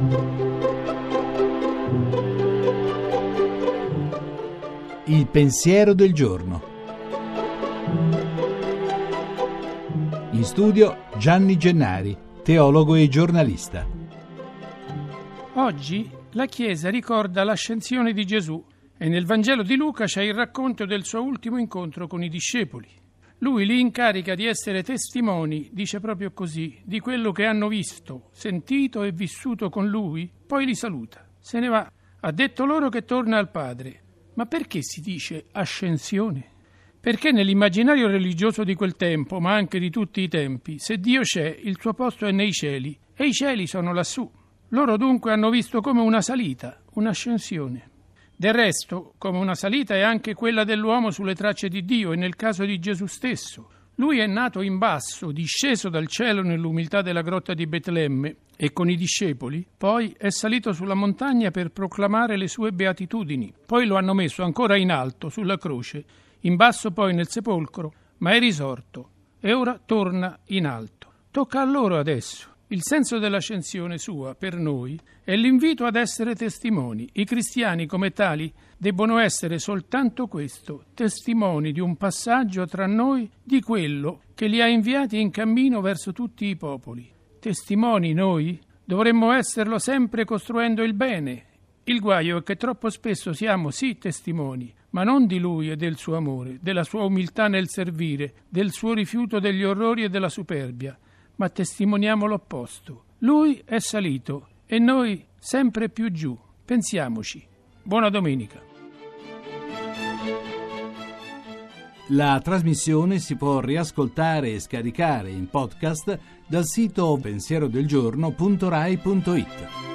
Il pensiero del giorno. In studio Gianni Gennari, teologo e giornalista. Oggi la Chiesa ricorda l'ascensione di Gesù e nel Vangelo di Luca c'è il racconto del suo ultimo incontro con i discepoli. Lui li incarica di essere testimoni, dice proprio così, di quello che hanno visto, sentito e vissuto con lui, poi li saluta. Se ne va. Ha detto loro che torna al Padre. Ma perché si dice ascensione? Perché nell'immaginario religioso di quel tempo, ma anche di tutti i tempi, se Dio c'è, il suo posto è nei cieli, e i cieli sono lassù. Loro dunque hanno visto come una salita, un'ascensione. Del resto, come una salita è anche quella dell'uomo sulle tracce di Dio, e nel caso di Gesù stesso. Lui è nato in basso, disceso dal cielo nell'umiltà della grotta di Betlemme, e con i discepoli, poi è salito sulla montagna per proclamare le sue beatitudini. Poi lo hanno messo ancora in alto, sulla croce, in basso poi nel sepolcro, ma è risorto, e ora torna in alto. Tocca a loro adesso. Il senso dell'ascensione sua, per noi, è l'invito ad essere testimoni. I cristiani, come tali, debbono essere soltanto questo, testimoni di un passaggio tra noi di quello che li ha inviati in cammino verso tutti i popoli. Testimoni noi? Dovremmo esserlo sempre costruendo il bene. Il guaio è che troppo spesso siamo sì testimoni, ma non di Lui e del suo amore, della sua umiltà nel servire, del suo rifiuto degli orrori e della superbia, ma testimoniamo l'opposto. Lui è salito e noi sempre più giù. Pensiamoci. Buona domenica. La trasmissione si può riascoltare e scaricare in podcast dal sito pensierodelgiorno.rai.it.